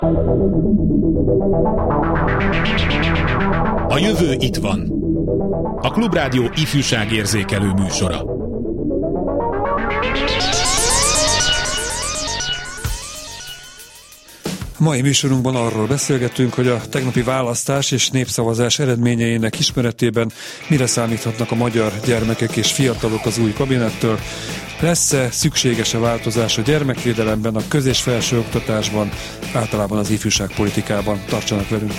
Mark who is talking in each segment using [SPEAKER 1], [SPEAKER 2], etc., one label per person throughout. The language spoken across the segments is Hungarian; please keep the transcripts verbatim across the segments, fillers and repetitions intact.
[SPEAKER 1] A jövő itt van. A Klubrádió ifjúságérzékelő műsora.
[SPEAKER 2] Mai műsorunkban arról beszélgetünk, hogy a tegnapi választás és népszavazás eredményeinek ismeretében mire számíthatnak a magyar gyermekek és fiatalok az új kabinettől. Lesz-e szükséges-e változás a gyermekvédelemben, a köz- és felsőoktatásban, általában az ifjúságpolitikában? Tartsanak velünk!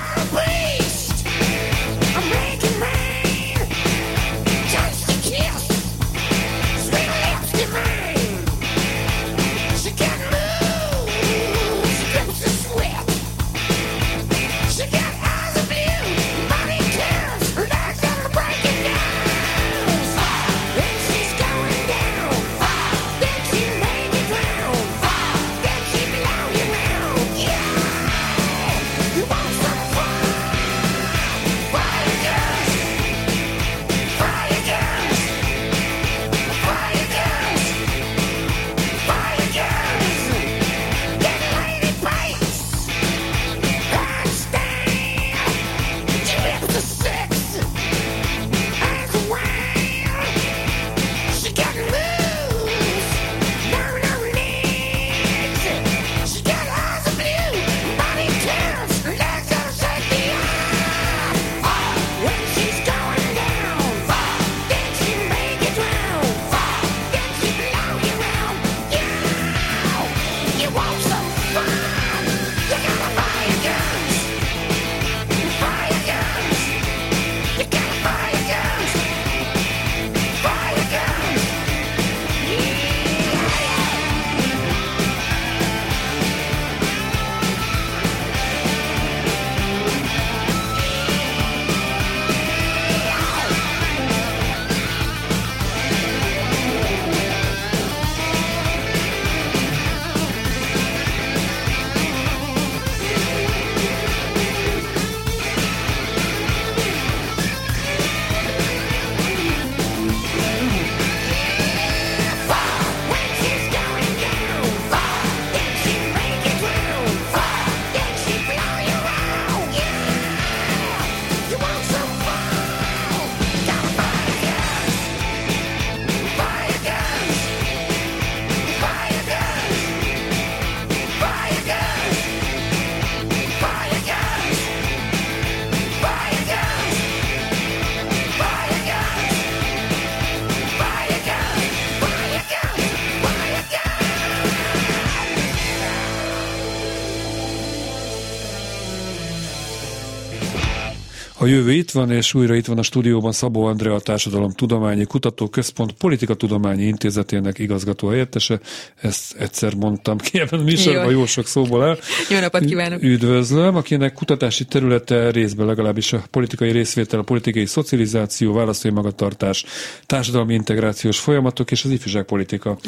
[SPEAKER 2] A jövő itt van, és újra itt van a stúdióban Szabó Andrea, a Társadalomtudományi Kutatóközpont Politikatudományi Intézetének igazgató helyettese. Ezt egyszer mondtam ki ebben a műsorban, jó sok szóból el.
[SPEAKER 3] Jó napot kívánok!
[SPEAKER 2] Üdvözlöm, akinek kutatási területe részben legalábbis a politikai részvétel, a politikai szocializáció, választói magatartás, társadalmi integrációs folyamatok és az ifjúságpolitika.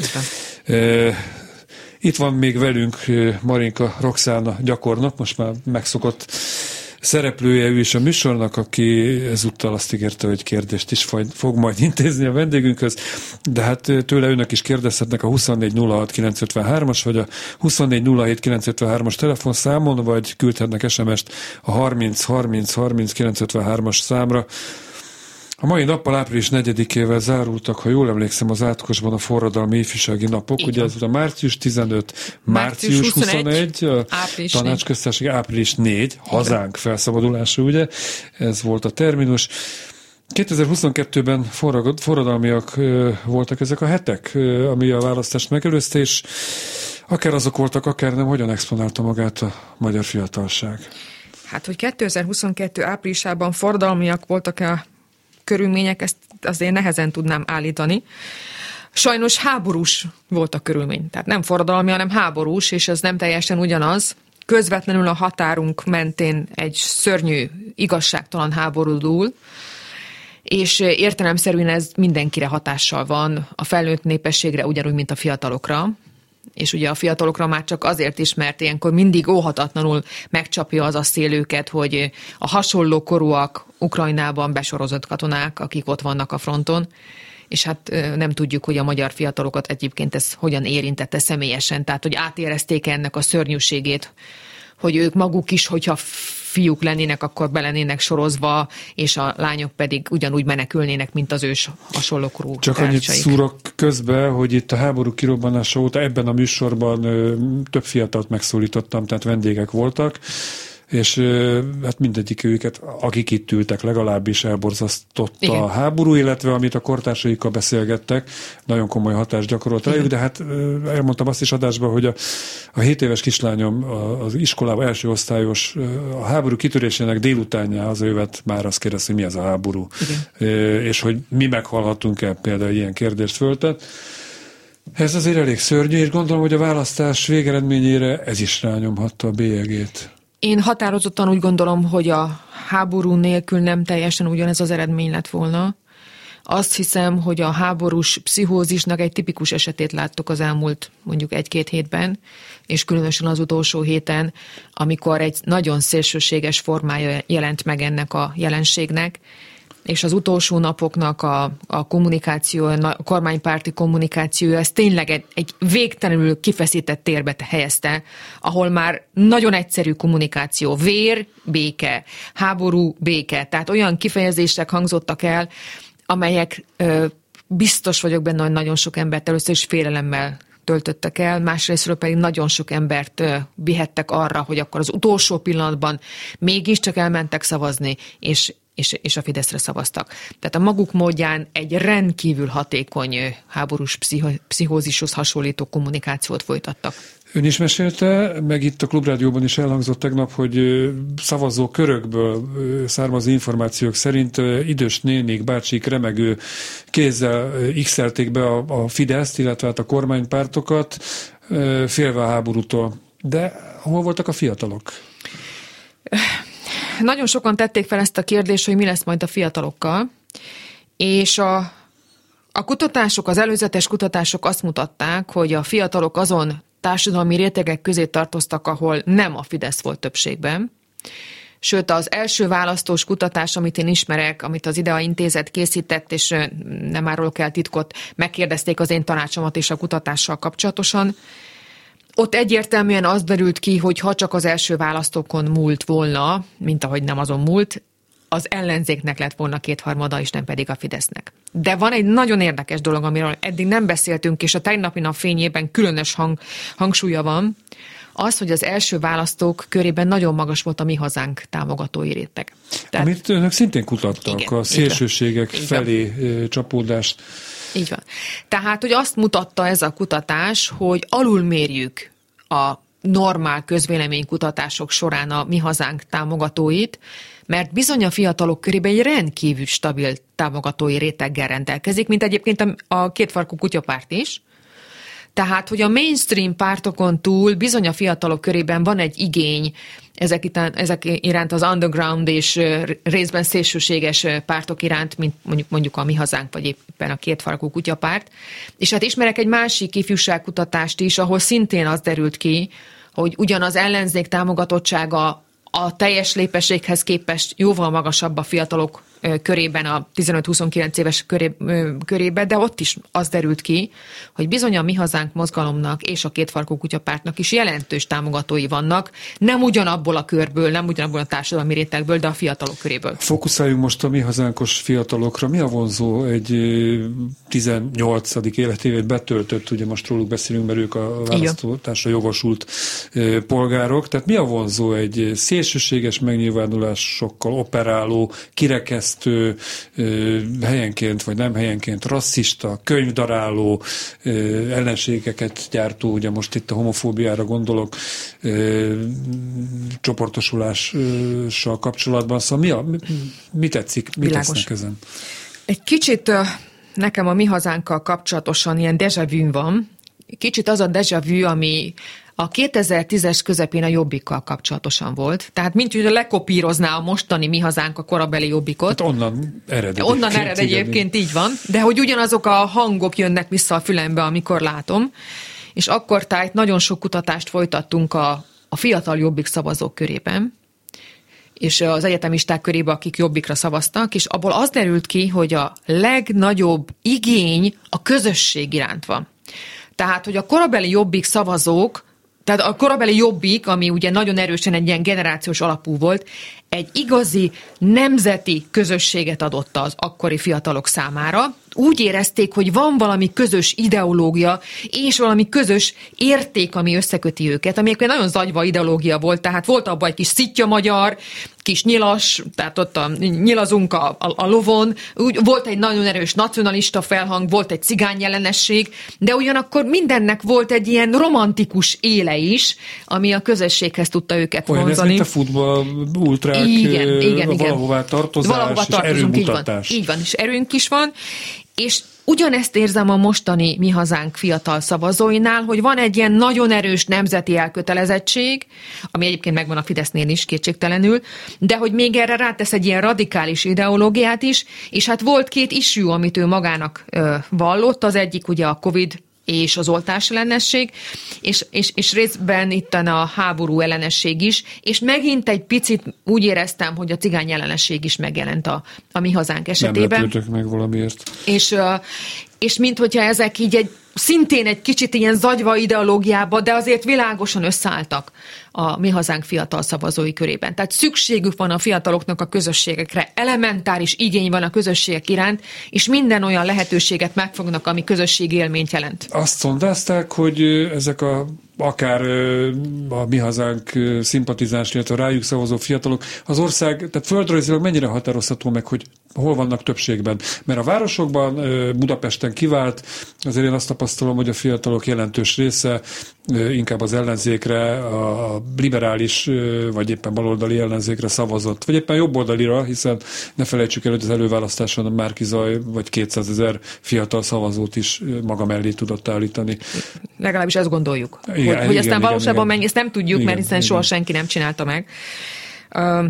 [SPEAKER 2] E, itt van még velünk Marinka Roxana gyakornok, most már megszokott szereplője ő is a műsornak, aki ezúttal azt ígérte, hogy kérdést is fog majd intézni a vendégünkhöz, de hát tőle önök is kérdezhetnek a huszonnégy nulla hat kilencszázötvenhárom-as vagy a huszonnégy nulla hét kilencszázötvenhárom-as telefonszámon, vagy küldhetnek es em est a harminc harminc harminc kilencszázötvenhárom-as számra. A mai nappal április negyedikével zárultak, ha jól emlékszem, az Átkosban a forradalmi ifjúsági napok. Ugye ez a március tizenöt, március huszonegy, a tanácsköztársaság április négy, hazánk felszabadulása, ugye? Ez volt a terminus. kétezer-huszonkettőben forradalmiak voltak ezek a hetek, ami a választást megelőzte, és akár azok voltak, akár nem, hogyan exponálta magát a magyar fiatalság?
[SPEAKER 3] Hát, hogy kétezer-huszonkettő áprilisában forradalmiak voltak a körülmények, ezt azért nehezen tudnám állítani. Sajnos háborús volt a körülmény. Tehát nem forradalmi, hanem háborús, és ez nem teljesen ugyanaz. Közvetlenül a határunk mentén egy szörnyű, igazságtalan háború dúl, és értelemszerűen ez mindenkire hatással van, a felnőtt népességre ugyanúgy, mint a fiatalokra. És ugye a fiatalokra már csak azért is, mert ilyenkor mindig óhatatlanul megcsapja az a szél őket, hogy a hasonló korúak Ukrajnában besorozott katonák, akik ott vannak a fronton, és hát nem tudjuk, hogy a magyar fiatalokat egyébként ez hogyan érintette személyesen, tehát hogy átérezték ennek a szörnyűségét, hogy ők maguk is, hogyha fiúk lennének, akkor belennének sorozva, és a lányok pedig ugyanúgy menekülnének, mint az ős hasonlókorú
[SPEAKER 2] Csak
[SPEAKER 3] társaik.
[SPEAKER 2] annyit szúrok közbe, hogy itt a háború kirobbanása óta ebben a műsorban ö, több fiatalt megszólítottam, tehát vendégek voltak, és hát mindegyik őket, akik itt ültek, legalábbis elborzasztotta Igen. a háború, illetve amit a kortársaikkal beszélgettek, nagyon komoly hatást gyakorolt rájuk, de hát elmondtam azt is adásban, hogy a, a hét éves kislányom az iskolában első osztályos, a háború kitörésének délutánjához jövet már azt kérdez, hogy mi az a háború, Igen. és hogy mi meghalhatunk el, például ilyen kérdést föltett. Ez azért elég szörnyű, és gondolom, hogy a választás végeredményére ez is rányomhatta a bélyegét.
[SPEAKER 3] Én határozottan úgy gondolom, hogy a háború nélkül nem teljesen ugyanez az eredmény lett volna. Azt hiszem, hogy a háborús pszichózisnak egy tipikus esetét láttuk az elmúlt mondjuk egy-két hétben, és különösen az utolsó héten, amikor egy nagyon szélsőséges formája jelent meg ennek a jelenségnek, és az utolsó napoknak a, a kommunikáció, a kormánypárti kommunikáció, ez tényleg egy, egy végtelenül kifeszített térbe helyezte, ahol már nagyon egyszerű kommunikáció, vér, béke, háború, béke, tehát olyan kifejezések hangzottak el, amelyek ö, biztos vagyok benne, hogy nagyon sok embert először is félelemmel töltöttek el, másrésztről pedig nagyon sok embert ö, vihettek arra, hogy akkor az utolsó pillanatban mégiscsak elmentek szavazni, és És, és a Fideszre szavaztak. Tehát a maguk módján egy rendkívül hatékony háborús pszicho, pszichózishoz hasonlító kommunikációt folytattak.
[SPEAKER 2] Ön is mesélte, meg itt a Klubrádióban is elhangzott tegnap, hogy szavazó körökből származó információk szerint idős nénik, bácsik remegő kézzel x-elték be a, a Fideszt, illetve hát a kormánypártokat, félve a háborútól. De hol voltak a fiatalok?
[SPEAKER 3] Nagyon sokan tették fel ezt a kérdést, hogy mi lesz majd a fiatalokkal, és a, a kutatások, az előzetes kutatások azt mutatták, hogy a fiatalok azon társadalmi rétegek közé tartoztak, ahol nem a Fidesz volt többségben. Sőt, az első választós kutatás, amit én ismerek, amit az IDEA Intézet készített, és nem árulok el titkot, megkérdezték az én tanácsomat és a kutatással kapcsolatosan. Ott egyértelműen az derült ki, hogy ha csak az első választókon múlt volna, mint ahogy nem azon múlt, az ellenzéknek lett volna kétharmada, és nem pedig a Fidesznek. De van egy nagyon érdekes dolog, amiről eddig nem beszéltünk, és a tegnapi nap fényében különös hang, hangsúlya van, az, hogy az első választók körében nagyon magas volt a Mi Hazánk támogatói réteg.
[SPEAKER 2] Tehát, amit önök szintén kutattak, igen, a szélsőségek
[SPEAKER 3] igen.
[SPEAKER 2] felé igen. csapódást.
[SPEAKER 3] Így van. Tehát, hogy azt mutatta ez a kutatás, hogy alulmérjük a normál közvéleménykutatások során a Mi Hazánk támogatóit, mert bizony a fiatalok körében egy rendkívül stabil támogatói réteggel rendelkezik, mint egyébként a kétfarkú kutyapárt is. Tehát, hogy a mainstream pártokon túl bizony a fiatalok körében van egy igény ezek, itán, ezek iránt az underground és részben szélsőséges pártok iránt, mint mondjuk, mondjuk a Mi Hazánk, vagy éppen a kétfarkú kutyapárt. És hát ismerek egy másik ifjúságkutatást is, ahol szintén az derült ki, hogy ugyanaz ellenzék támogatottsága a teljes népességhez képest jóval magasabb a fiatalok körében, a tizenöt-huszonkilenc éves köré, körében, de ott is az derült ki, hogy bizony a Mi Hazánk mozgalomnak és a kétfarkú kutyapártnak is jelentős támogatói vannak, nem ugyanabból a körből, nem ugyanabból a társadalmi rétegből, de a fiatalok köréből.
[SPEAKER 2] Fókuszáljunk most a Mi Hazánkos fiatalokra. Mi a vonzó egy tizennyolcadik életévét betöltött, ugye most róluk beszélünk, mert ők a választásra jogosult polgárok, tehát mi a vonzó egy szélsőséges megnyilvánulásokkal operáló, kirekesztő, helyenként vagy nem helyenként rasszista, könyvdaráló, ellenségeket gyártó, ugye most itt a homofóbiára gondolok, csoportosulással kapcsolatban. Szóval mi, a, mi, mi tetszik, mi tesznek ezen?
[SPEAKER 3] Egy kicsit nekem a Mi Hazánkkal kapcsolatosan ilyen déjà vu van. Kicsit az a déjà vu, ami a kétezer-tízes közepén a Jobbikkal kapcsolatosan volt. Tehát mint hogy lekopírozná a mostani Mi Hazánk a korabeli Jobbikot.
[SPEAKER 2] Hát onnan ered
[SPEAKER 3] Onnan ered egyébként, így van. De hogy ugyanazok a hangok jönnek vissza a fülembe, amikor látom. És akkor tájt nagyon sok kutatást folytattunk a, a fiatal Jobbik szavazók körében, és az egyetemisták körében, akik Jobbikra szavaztak, és abból az derült ki, hogy a legnagyobb igény a közösség iránt van. Tehát, hogy a korabeli Jobbik szavazók Tehát a korabeli Jobbik, ami ugye nagyon erősen egy ilyen generációs alapú volt, egy igazi nemzeti közösséget adott az akkori fiatalok számára. Úgy érezték, hogy van valami közös ideológia, és valami közös érték, ami összeköti őket, ami egy nagyon zagyva ideológia volt, tehát volt abban egy kis szitja magyar, kis nyilas, tehát ott a, nyilazunk a, a, a lovon, úgy, volt egy nagyon erős nacionalista felhang, volt egy cigányellenesség, de ugyanakkor mindennek volt egy ilyen romantikus éle is, ami a közösséghez tudta őket vonzani.
[SPEAKER 2] Olyan ez, mint a futball ultrák,
[SPEAKER 3] igen, igen,
[SPEAKER 2] valahová tartozás,
[SPEAKER 3] valahová
[SPEAKER 2] és erőmutatás.
[SPEAKER 3] Így van, így van, és erőnk is van, és ugyanezt érzem a mostani Mi Hazánk fiatal szavazóinál, hogy van egy ilyen nagyon erős nemzeti elkötelezettség, ami egyébként megvan a Fidesznél is kétségtelenül, de hogy még erre rátesz egy ilyen radikális ideológiát is, és hát volt két issue, amit ő magának ö, vallott, az egyik ugye a Covid és az oltás ellenesség, és, és, és részben itt a háború ellenesség is, és megint egy picit úgy éreztem, hogy a cigány ellenesség is megjelent a, a Mi Hazánk esetében.
[SPEAKER 2] Nem lepődtök meg valamiért.
[SPEAKER 3] És, és mint hogyha ezek így egy, szintén egy kicsit ilyen zagyva ideológiába, de azért világosan összeálltak a Mi Hazánk fiatal szavazói körében. Tehát szükségük van a fiataloknak a közösségekre, elementáris igény van a közösségek iránt, és minden olyan lehetőséget megfognak, ami közösségi élményt jelent.
[SPEAKER 2] Azt szondázták, hogy ezek a akár a Mi Hazánk szimpatizáns, illetve rájuk szavazó fiatalok, az ország, tehát földrajzilag mennyire határozható meg, hogy hol vannak többségben? Mert a városokban, Budapesten kivált, azért én azt tapasztalom, hogy a fiatalok jelentős része inkább az ellenzékre, a liberális, vagy éppen baloldali ellenzékre szavazott, vagy éppen jobboldalira, hiszen ne felejtsük el, hogy az előválasztáson a Márki-Zaj vagy kétszázezer fiatal szavazót is maga mellé tudott állítani.
[SPEAKER 3] Legalábbis ezt gondoljuk.
[SPEAKER 2] Igen,
[SPEAKER 3] hogy, hogy
[SPEAKER 2] igen,
[SPEAKER 3] aztán
[SPEAKER 2] igen,
[SPEAKER 3] valóságban
[SPEAKER 2] igen.
[SPEAKER 3] mennyi, ezt nem tudjuk, igen, mert hiszen igen. soha senki nem csinálta meg. Uh,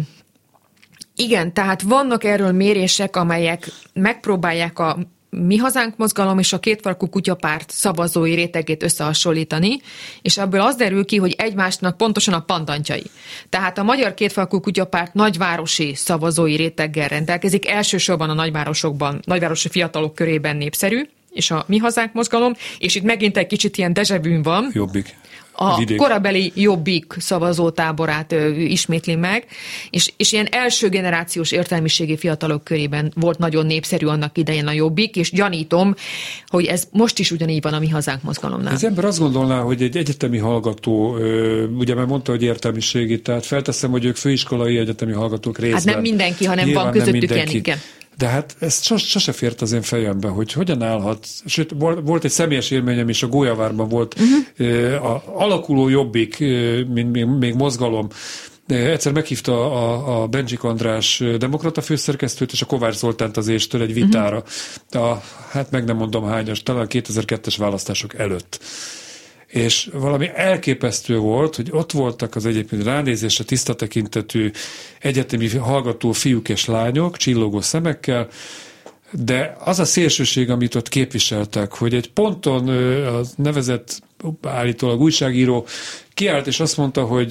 [SPEAKER 3] igen, tehát vannak erről mérések, amelyek megpróbálják a Mi Hazánk mozgalom és a Kétfarkú kutyapárt szavazói rétegét összehasonlítani, és ebből az derül ki, hogy egymásnak pontosan a pandantjai. Tehát a Magyar Kétfarkú Kutyapárt nagyvárosi szavazói réteggel rendelkezik, elsősorban a nagyvárosokban, nagyvárosi fiatalok körében népszerű, és a Mi Hazánk mozgalom, és itt megint egy kicsit ilyen déjà vu van.
[SPEAKER 2] Jobbik.
[SPEAKER 3] A
[SPEAKER 2] Vidék.
[SPEAKER 3] korabeli Jobbik szavazótáborát ö, ismétli meg, és, és ilyen első generációs értelmiségi fiatalok körében volt nagyon népszerű annak idején a Jobbik, és gyanítom, hogy ez most is ugyanígy van a Mi Hazánk mozgalomnál.
[SPEAKER 2] Az ember azt gondolná, hogy egy egyetemi hallgató, ugye már mondta, hogy értelmiségi, tehát felteszem, hogy ők főiskolai egyetemi hallgatók részben.
[SPEAKER 3] Hát nem mindenki, hanem
[SPEAKER 2] Nyilván
[SPEAKER 3] van közöttük ilyen, igen.
[SPEAKER 2] De hát ez sos, sose fért az én fejembe, hogy hogyan állhat, sőt, volt egy személyes élményem is, a Gólyavárban volt uh-huh. a alakuló Jobbik, mint még, még mozgalom. Egyszer meghívta a, a Bencsik András demokrata főszerkesztőt, és a Kovács Zoltánt az Éstől egy vitára. Uh-huh. A, hát meg nem mondom hányas, talán kétezer-kettes választások előtt. És valami elképesztő volt, hogy ott voltak az egyébként ránézésre tiszta tekintetű egyetemi hallgató fiúk és lányok, csillogó szemekkel, de az a szélsőség, amit ott képviseltek, hogy egy ponton a nevezett állítólag újságíró kiállt, és azt mondta, hogy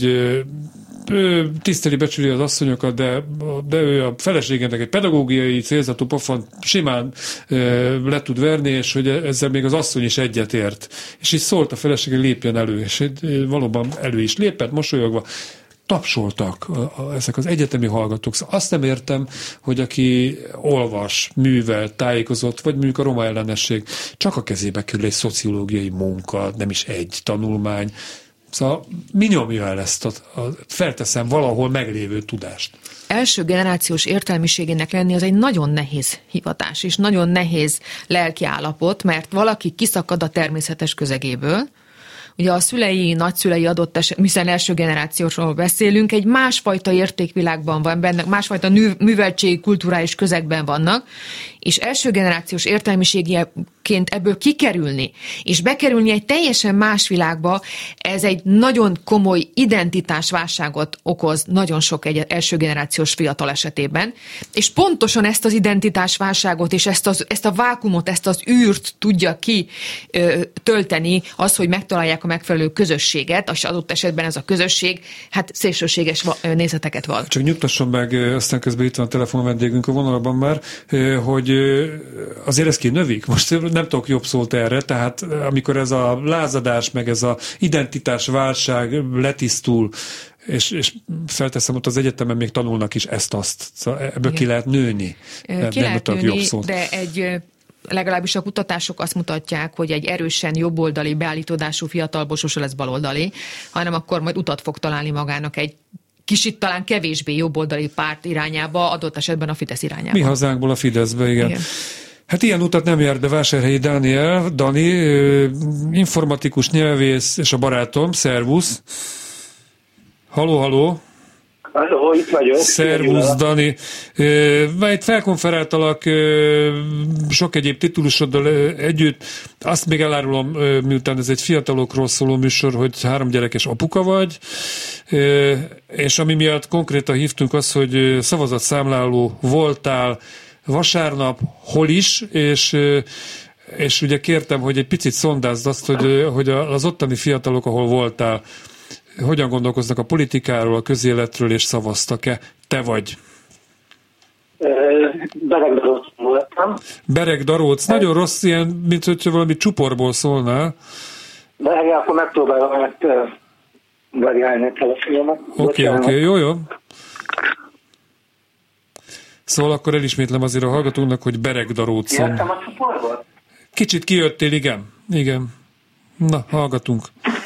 [SPEAKER 2] ő tiszteli, becsüli az asszonyokat, de, de ő a feleségének egy pedagógiai célzatú pofont simán e, le tud verni, és hogy ezzel még az asszony is egyetért. És így szólt a felesége, lépjen elő, és valóban elő is lépett, mosolyogva. Tapsoltak a, a, ezek az egyetemi hallgatók. Szóval azt nem értem, hogy aki olvas, művel, tájékozott, vagy mondjuk a roma ellenesség, csak a kezébe kerül egy szociológiai munka, nem is egy tanulmány. Szóval mi nyomja el ezt a, a felteszem valahol meglévő tudást?
[SPEAKER 3] Első generációs értelmiségének lenni az egy nagyon nehéz hivatás, és nagyon nehéz lelki állapot, mert valaki kiszakad a természetes közegéből. Ugye a szülei, nagyszülei adott eset, hiszen első generációsról beszélünk, egy másfajta értékvilágban van benne, másfajta műveltségi, kulturális közegben vannak, és első generációs értelmiségiként ebből kikerülni, és bekerülni egy teljesen más világba, ez egy nagyon komoly identitásválságot okoz nagyon sok egy első generációs fiatal esetében, és pontosan ezt az identitásválságot, és ezt, az, ezt a vákumot, ezt az űrt tudja ki ö, tölteni, az, hogy megtalálják a megfelelő közösséget, és adott esetben ez a közösség, hát szélsőséges nézeteket van.
[SPEAKER 2] Csak nyugtasson meg, aztán közben itt van a telefonvendégünk a vonalban már, hogy azért ez kinövik. Most nem nem tudok jobb szót erre, tehát amikor ez a lázadás, meg ez a identitásválság letisztul, és, és felteszem, ott az egyetemen még tanulnak is ezt-azt. Szóval ebből igen. ki lehet nőni.
[SPEAKER 3] Ki nem lehet nőni, de egy... legalábbis a kutatások azt mutatják, hogy egy erősen jobboldali beállítódású fiatalból lesz baloldali, hanem akkor majd utat fog találni magának egy kicsit talán kevésbé jobboldali párt irányába, adott esetben a Fidesz irányába.
[SPEAKER 2] Mi hazánkból a Fideszbe, igen. igen. Hát ilyen utat nem járt be Vásárhelyi Dániel, Dani, informatikus, nyelvész és a barátom, szervusz. Haló, haló.
[SPEAKER 4] Halló, itt vagyok.
[SPEAKER 2] Szervusz, Dani. Már itt felkonferáltalak sok egyéb titulusoddal együtt. Azt még elárulom, miután ez egy fiatalokról szóló műsor, hogy három gyerekes apuka vagy, és ami miatt konkrétan hívtunk az, hogy szavazatszámláló voltál vasárnap, hol is, és és ugye kértem, hogy egy picit szondázd azt, hogy, hogy az ottani fiatalok, ahol voltál, hogyan gondolkoznak a politikáról, a közéletről, és szavaztak-e? Te vagy.
[SPEAKER 4] Beregdaróc voltam.
[SPEAKER 2] Beregdaróc. Nagyon rossz ilyen, mint hogyha valami csuporból szólnál.
[SPEAKER 4] De akkor megpróbálom ezt variálni a telefonomat.
[SPEAKER 2] Oké, oké, jó, jó. Szóval akkor elismétlem azért a hallgatónak, hogy Beregdarócon.
[SPEAKER 4] Jöttem a csuporból?
[SPEAKER 2] Kicsit kijöttél, igen. Igen. Na, hallgatunk.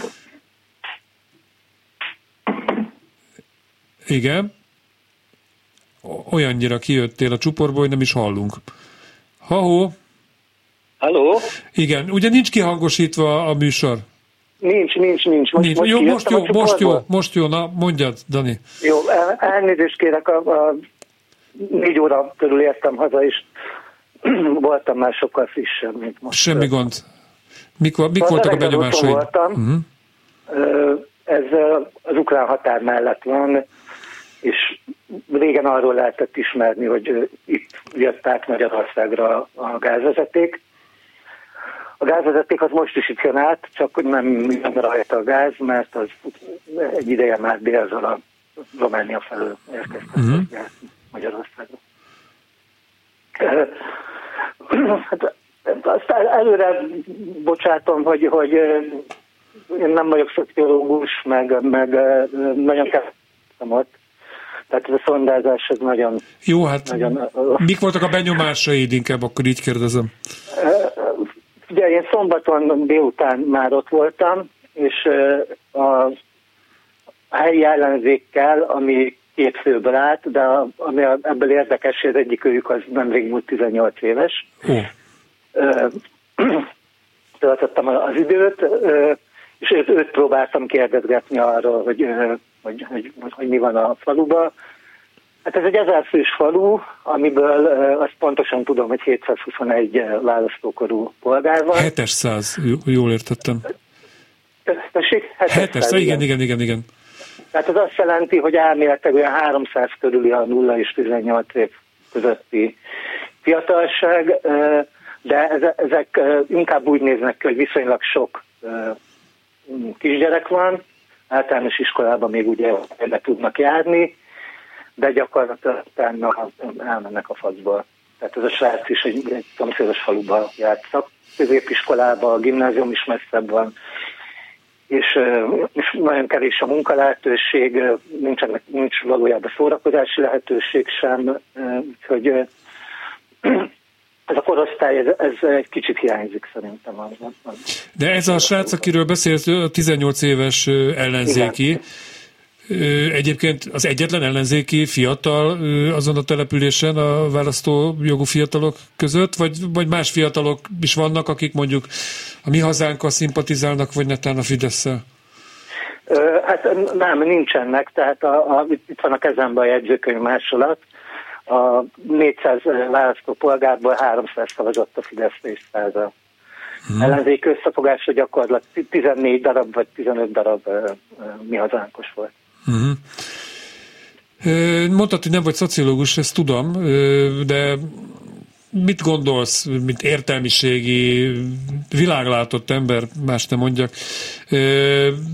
[SPEAKER 2] Igen. Olyannyira kijöttél a csuporból, hogy nem is hallunk. Ha-hó.
[SPEAKER 4] Halló?
[SPEAKER 2] Igen. Ugye nincs kihangosítva a műsor?
[SPEAKER 4] Nincs, nincs, nincs.
[SPEAKER 2] Most, nincs. Most jó, most jó, most jó, most jó. Na, mondjad, Dani.
[SPEAKER 4] Jó, elnézést kérek, a, a négy óra körül értem haza, és voltam már sokkal frissebb, mint most.
[SPEAKER 2] Semmi gond. Mikor, mik voltak a benyomásaid?
[SPEAKER 4] Voltam. Uh-huh. Ez az ukrán határ mellett van, és régen arról lehetett ismerni, hogy itt jött át Magyarországra a gázvezeték. A gázvezeték az most is itt jön át, csak hogy nem jön rajta a gáz, mert az egy ideje már délzől a Románia felől érkeztek uh-huh. a gáz Magyarországra. Hát, azt előre bocsátom, hogy, hogy én nem vagyok szociológus, meg, meg nagyon kezdtem ott. Tehát ez a szondázás, ez nagyon...
[SPEAKER 2] Jó, hát
[SPEAKER 4] nagyon,
[SPEAKER 2] mik voltak a benyomásaid, inkább akkor így kérdezem?
[SPEAKER 4] Ugye én szombaton délután már ott voltam, és a helyi ellenzékkel, ami két főből állt, de ami ebből érdekes, hogy az egyik őjük az nemrég múlt tizennyolc éves.
[SPEAKER 2] Ó.
[SPEAKER 4] Töltöttem az időt, és őt, őt próbáltam kérdezgetni arról, hogy, hogy, hogy, hogy mi van a faluban. Hát ez egy ezerfős falu, amiből azt pontosan tudom, hogy hétszázhuszonegy választókorú polgár van.
[SPEAKER 2] hétszáz, jól értettem.
[SPEAKER 4] Tessék?
[SPEAKER 2] hétszáz, igen, igen, igen, igen.
[SPEAKER 4] Tehát ez azt jelenti, hogy elméletileg olyan háromszáz körüli a nulla és tizennyolc év közötti fiatalság, de ezek inkább úgy néznek ki, hogy viszonylag sok kisgyerek van, általános iskolában még ugye be tudnak járni, de gyakorlatilag utána elmennek a faszba. Tehát ez a srác is egy, egy szomszédos faluban járt szakközépiskolába, a gimnázium is messzebb van, és, és nagyon kevés a munkalehetőség, nincsenek, nincs valójában szórakozási lehetőség sem, úgyhogy ez a korosztály, ez, ez egy kicsit hiányzik szerintem. Az, az.
[SPEAKER 2] De ez a srác, akiről beszélsz, a tizennyolc éves ellenzéki, igen. Egyébként az egyetlen ellenzéki fiatal azon a településen a választójogú fiatalok között, vagy, vagy más fiatalok is vannak, akik mondjuk a Mi Hazánkkal szimpatizálnak, vagy netán a Fidesszel?
[SPEAKER 4] Hát nem, nincsenek, tehát a, a, itt van a kezemben a jegyzőkönyv másolat. A négyszáz választópolgárból háromszáz szavazott a Fideszre és száz a hmm. ellenzéki összefogásra, gyakorlatilag tizennégy darab vagy tizenöt darab Mi Hazánkos volt.
[SPEAKER 2] Uh-huh. Mondtad, hogy nem vagy szociológus, ezt tudom, de mit gondolsz, mint értelmiségi, világlátott ember, más nem mondjak,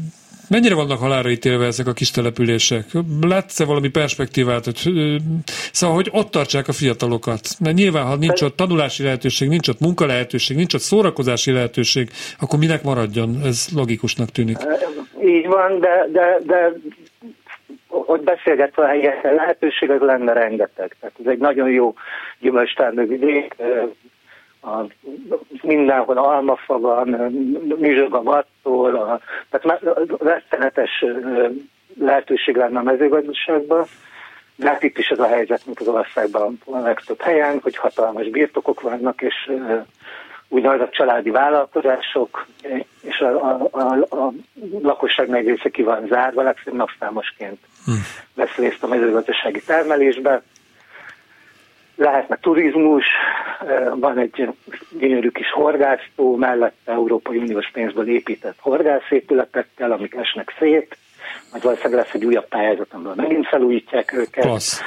[SPEAKER 2] Mennyire vannak halálra ítélve ezek a kis települések? Látsz-e valami perspektívát, hogy, szóval, hogy ott tartsák a fiatalokat? Mert nyilván, ha nincs ott tanulási lehetőség, nincs ott munka lehetőség, nincs ott szórakozási lehetőség, akkor minek maradjon? Ez logikusnak tűnik.
[SPEAKER 4] Így van, de, de, de ott beszélgetve a helyen lehetőség, az lenne rengeteg. Tehát ez egy nagyon jó gyümölcstermő vidék, a, mindenhol almafa van, műzsög a vattól, a, tehát rettenetes lehetőség lenne a mezőgazdaságban, de hát itt is ez a helyzet, mint az országban a legtöbb helyen, hogy hatalmas birtokok vannak, és úgynevezett családi vállalkozások, és a, a, a, a lakosság nagy része ki van zárva, legszebb napszámosként vesz részt a mezőgazdasági termelésbe. Lehetne turizmus, van egy gyönyörű kis horgásztó, mellette Európai Uniós pénzből épített horgászépületekkel, amik esnek szét, majd valószínűleg lesz egy újabb pályázat, amiből megint felújítják őket.
[SPEAKER 2] Passz.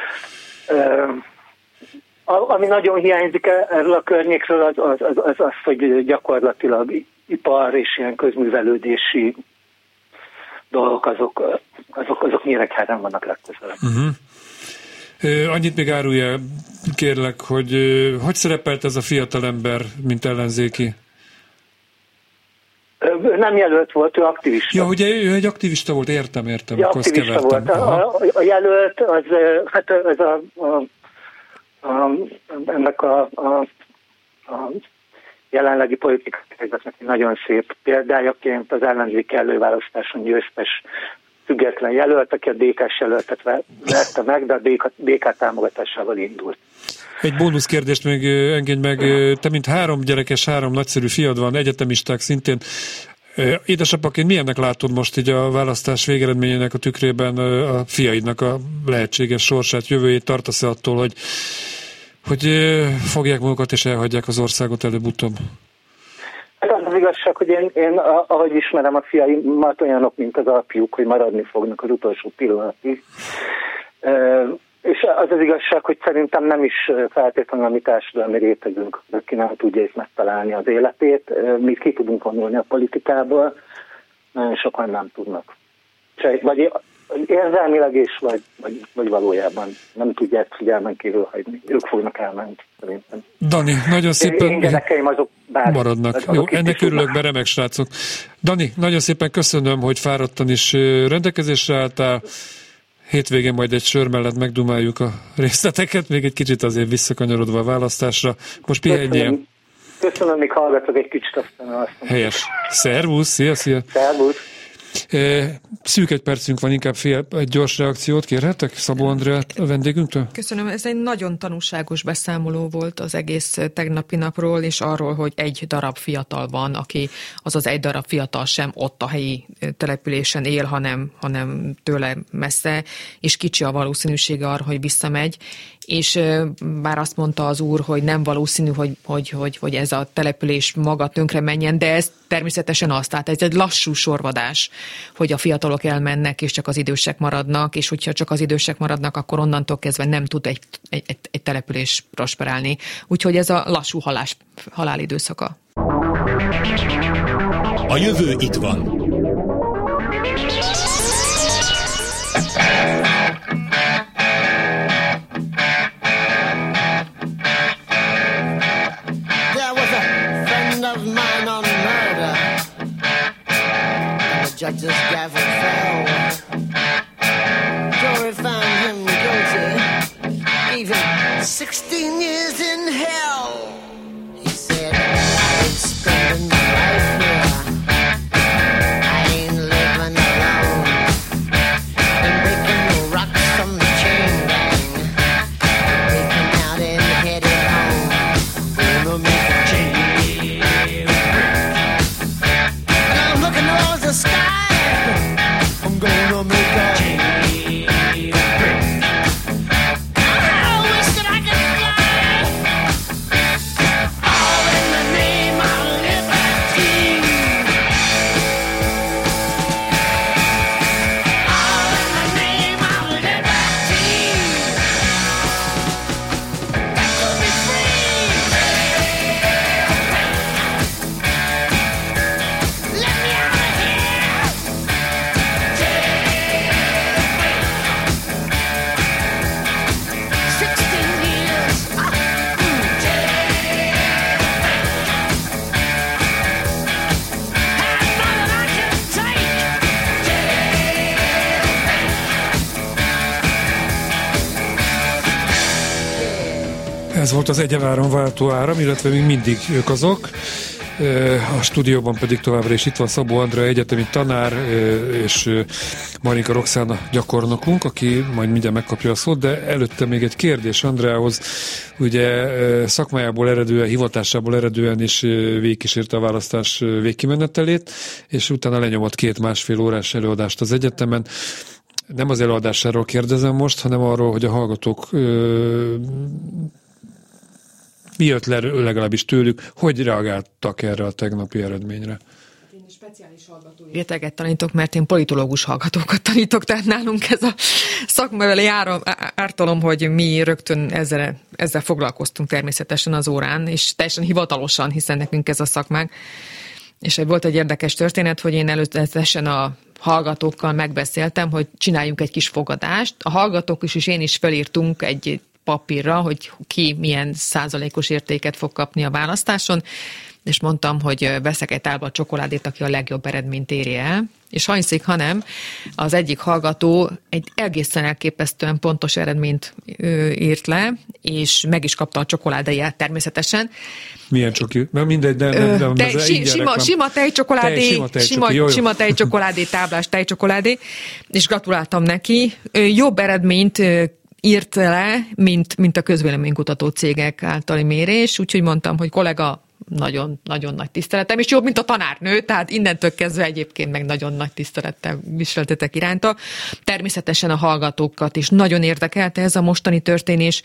[SPEAKER 4] Ami nagyon hiányzik erről a környékről, az az, az, az, az, hogy gyakorlatilag ipar és ilyen közművelődési dolgok, azok, azok, azok Nyíregyházán vannak legközelebb.
[SPEAKER 2] Uh-huh. Annyit még árulja, kérlek, hogy hogy szerepelt ez a fiatalember, mint ellenzéki?
[SPEAKER 4] Nem jelölt volt, ő aktivista.
[SPEAKER 2] Ja, hogy ő egy aktivista volt, értem, értem.
[SPEAKER 4] Ja, aktivista volt. A, a, a jelölt, az, hát ez a, a, a ennek a, a, a jelenlegi politikai helyzetnek nagyon szép példájaként az ellenzéki előválasztáson győztes független jelölt, aki a dé ká-s jelöltet vette meg, de a dé ká támogatásával indult.
[SPEAKER 2] Egy bónusz kérdést még engedj meg. Te, mint három gyerekes, három nagyszerű fiad van, egyetemisták szintén. Édesapaként milyennek látod most így a választás végeredményének a tükrében a fiaidnak a lehetséges sorsát, jövőjét? Tartasz-e attól, hogy, hogy fogják magukat és elhagyják az országot előbb-utóbb?
[SPEAKER 4] Hát az az igazság, hogy én, én ahogy ismerem a fiaimat, olyanok, mint az apjuk, hogy maradni fognak az utolsó pillanatig. És az az igazság, hogy szerintem nem is feltétlenül a mi társadalmi rétegünk, aki nem tudja itt megtalálni az életét. Mi ki tudunk vonulni a politikából, nagyon sokan nem tudnak. Vagy érzelmileg is, vagy, vagy, vagy valójában nem tudják figyelmen kívül hagyni. Ők fognak elmenni, szerintem.
[SPEAKER 2] Dani, nagyon szépen...
[SPEAKER 4] Én gyerekeim azok bár,
[SPEAKER 2] maradnak.
[SPEAKER 4] azok
[SPEAKER 2] Jó, ennek örülök, be remek srácok. Dani, nagyon szépen köszönöm, hogy fáradtan is rendelkezésre álltál. Hétvégén majd egy sör mellett megdumáljuk a részleteket, még egy kicsit azért visszakanyarodva a választásra. Most pihenjél.
[SPEAKER 4] Köszönöm, még hallgatok egy kicsit, aztán azt.
[SPEAKER 2] Helyes. Szervusz, szia, szia.
[SPEAKER 4] Szervusz.
[SPEAKER 2] Szűk egy percünk van, inkább fél, egy gyors reakciót kérhetek Szabó Andrea a vendégünktől?
[SPEAKER 3] Köszönöm, ez egy nagyon tanúságos beszámoló volt az egész tegnapi napról, és arról, hogy egy darab fiatal van, aki azaz egy darab fiatal sem ott a helyi településen él, hanem, hanem tőle messze, és kicsi a valószínűsége arra, hogy visszamegy, és bár azt mondta az úr, hogy nem valószínű, hogy, hogy, hogy, hogy ez a település maga tönkre menjen, de ez természetesen az, tehát ez egy lassú sorvadás, hogy a fiatalok elmennek, és csak az idősek maradnak, és hogyha csak az idősek maradnak, akkor onnantól kezdve nem tud egy, egy, egy, egy település prosperálni. Úgyhogy ez a lassú halás, halálidőszaka.
[SPEAKER 1] A jövő itt van.
[SPEAKER 5] Judge's gavel fell. Jury found him guilty. Gave him sixteen years in hell. He said, I ain't spending my life here. I ain't living alone. Been breaking the rocks from the chain gang. Taking out and headed home. Gonna make a change. And I'm looking towards the sky. I'm gonna make a change. I wish that I could fly.
[SPEAKER 2] Ez volt az egyaráron váltó áram, illetve még mindig ők azok. A stúdióban pedig továbbra is itt van Szabó Andrea egyetemi tanár, és Marinka Roxana gyakornokunk, aki majd mindjárt megkapja a szót, de előtte még egy kérdés Andreához. Ugye szakmájából eredően, hivatásából eredően is végigkísérte a választás végkimenetelét, és utána lenyomott két másfél órás előadást az egyetemen. Nem az előadásáról kérdezem most, hanem arról, hogy a hallgatók mi jött le legalábbis tőlük, hogy reagáltak erre a tegnapi eredményre?
[SPEAKER 3] Én speciális hallgatói réteget tanítok, mert én politológus hallgatókat tanítok, tehát nálunk ez a szakmai ártalom, hogy mi rögtön ezzel, ezzel foglalkoztunk természetesen az órán, és teljesen hivatalosan, hiszen nekünk ez a szakmánk. És volt egy érdekes történet, hogy én előzetesen a hallgatókkal megbeszéltem, hogy csináljunk egy kis fogadást. A hallgatók is, és én is felírtunk egy papírra, hogy ki milyen százalékos értéket fog kapni a választáson, és mondtam, hogy veszek egy tálba csokoládét, aki a legjobb eredményt éri el, és hanyszék, hanem az egyik hallgató egy egészen elképesztően pontos eredményt ö, írt le, és meg is kapta a csokoládéját természetesen.
[SPEAKER 2] Milyen csoki? Mert mindegy, de nem, nem,
[SPEAKER 3] Te, si, sima, sima tejcsokoládé, tej, sima, tej sima, jó, jó. sima tejcsokoládé, táblás tejcsokoládé, és gratuláltam neki. Jobb eredményt írt le, mint, mint a közvéleménykutató cégek általi mérés, úgyhogy mondtam, hogy kollega, nagyon, nagyon nagy tiszteletem, és jobb, mint a tanárnő, tehát innentől kezdve egyébként meg nagyon nagy tisztelettel viseltetek iránta. Természetesen a hallgatókat is nagyon érdekelte ez a mostani történés,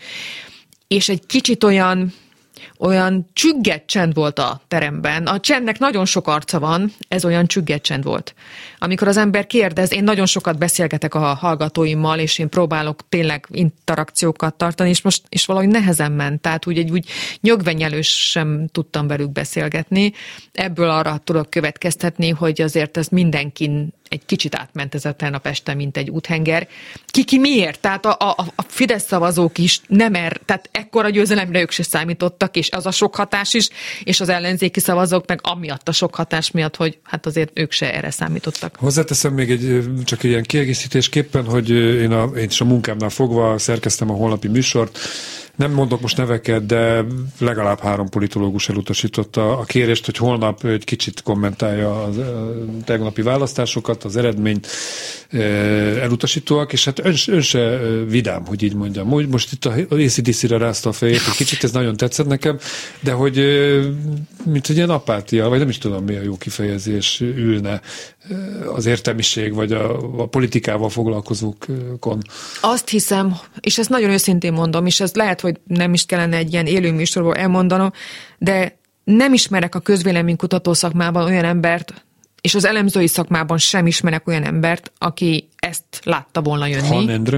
[SPEAKER 3] és egy kicsit olyan olyan csüggett csend volt a teremben. A csendnek nagyon sok arca van, ez olyan csüggett csend volt. Amikor az ember kérdez, én nagyon sokat beszélgetek a hallgatóimmal, és én próbálok tényleg interakciókat tartani, és most és valahogy nehezen ment, tehát úgy, úgy nyögvenyelős sem tudtam velük beszélgetni. Ebből arra tudok következtetni, hogy azért ez mindenkin egy kicsit átment ez a tegnap este, mint egy úthenger. Ki-ki miért? Tehát a, a, a Fidesz szavazók is nem er, tehát ekkora győzelemre ők se számítottak, és az a sok hatás is, és az ellenzéki szavazók meg amiatt a sok hatás miatt, hogy hát azért ők se erre számítottak.
[SPEAKER 2] Hozzáteszem még egy, csak egy ilyen kiegészítésképpen, hogy én, a, én is a munkámnál fogva szerkeztem a holnapi műsort. Nem mondok most neveket, de legalább három politológus elutasította a kérést, hogy holnap egy kicsit kommentálja a tegnapi választásokat, az eredményt elutasítóak, és hát ön, ön se vidám, hogy így mondjam. Most itt a á cé dé cé-re rázta a fejét, egy kicsit ez nagyon tetszett nekem, de hogy mint egy ilyen apátia, vagy nem is tudom, mi a jó kifejezés, ülne az értelmiség, vagy a, a politikával foglalkozókon.
[SPEAKER 3] Azt hiszem, és ezt nagyon őszintén mondom, és ez lehet, hogy nem is kellene egy ilyen élő műsorból elmondanom, de nem ismerek a közvéleménykutató szakmában olyan embert, és az elemzői szakmában sem ismerek olyan embert, aki ezt látta volna jönni.
[SPEAKER 2] Han Endre?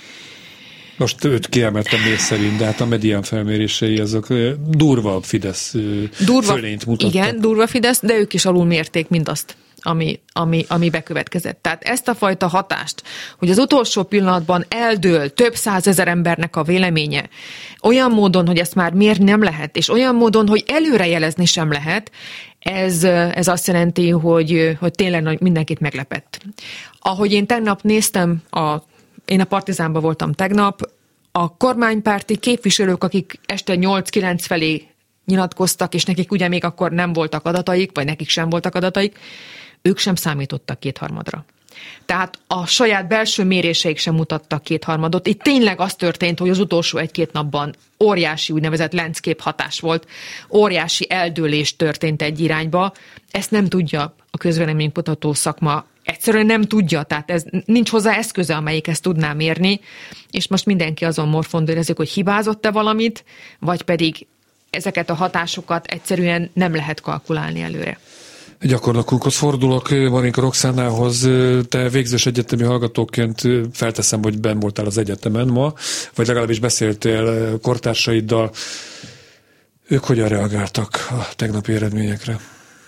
[SPEAKER 2] Most őt kiemeltem név szerint, de hát a medián felmérései azok durva Fidesz durva, fölényt mutattak.
[SPEAKER 3] Igen, durva Fidesz, de ők is alul mérték mindazt, ami, ami, ami bekövetkezett. Tehát ezt a fajta hatást, hogy az utolsó pillanatban eldől több százezer embernek a véleménye, olyan módon, hogy ezt már mérni nem lehet, és olyan módon, hogy előrejelezni sem lehet, ez, ez azt jelenti, hogy, hogy tényleg mindenkit meglepett. Ahogy én tegnap néztem, a, én a Partizánban voltam tegnap, a kormánypárti képviselők, akik este nyolc-kilenc felé nyilatkoztak, és nekik ugye még akkor nem voltak adataik, vagy nekik sem voltak adataik, ők sem számítottak kétharmadra. Tehát a saját belső méréseik sem mutattak kétharmadot. Itt tényleg az történt, hogy az utolsó egy-két napban óriási úgynevezett lenckép hatás volt, óriási eldőlés történt egy irányba. Ezt nem tudja a közvéleménykutató szakma, egyszerűen nem tudja, tehát ez, nincs hozzá eszköze, amelyik ezt tudná mérni, és most mindenki azon morfondérezik, hogy hibázott-e valamit, vagy pedig ezeket a hatásokat egyszerűen nem lehet kalkulálni előre.
[SPEAKER 2] Gyakornokunkhoz fordulok, Marinka Roxánához. Te végzős egyetemi hallgatóként felteszem, hogy benn voltál az egyetemen ma, vagy legalábbis beszéltél kortársaiddal. Ők hogyan reagáltak a tegnapi eredményekre?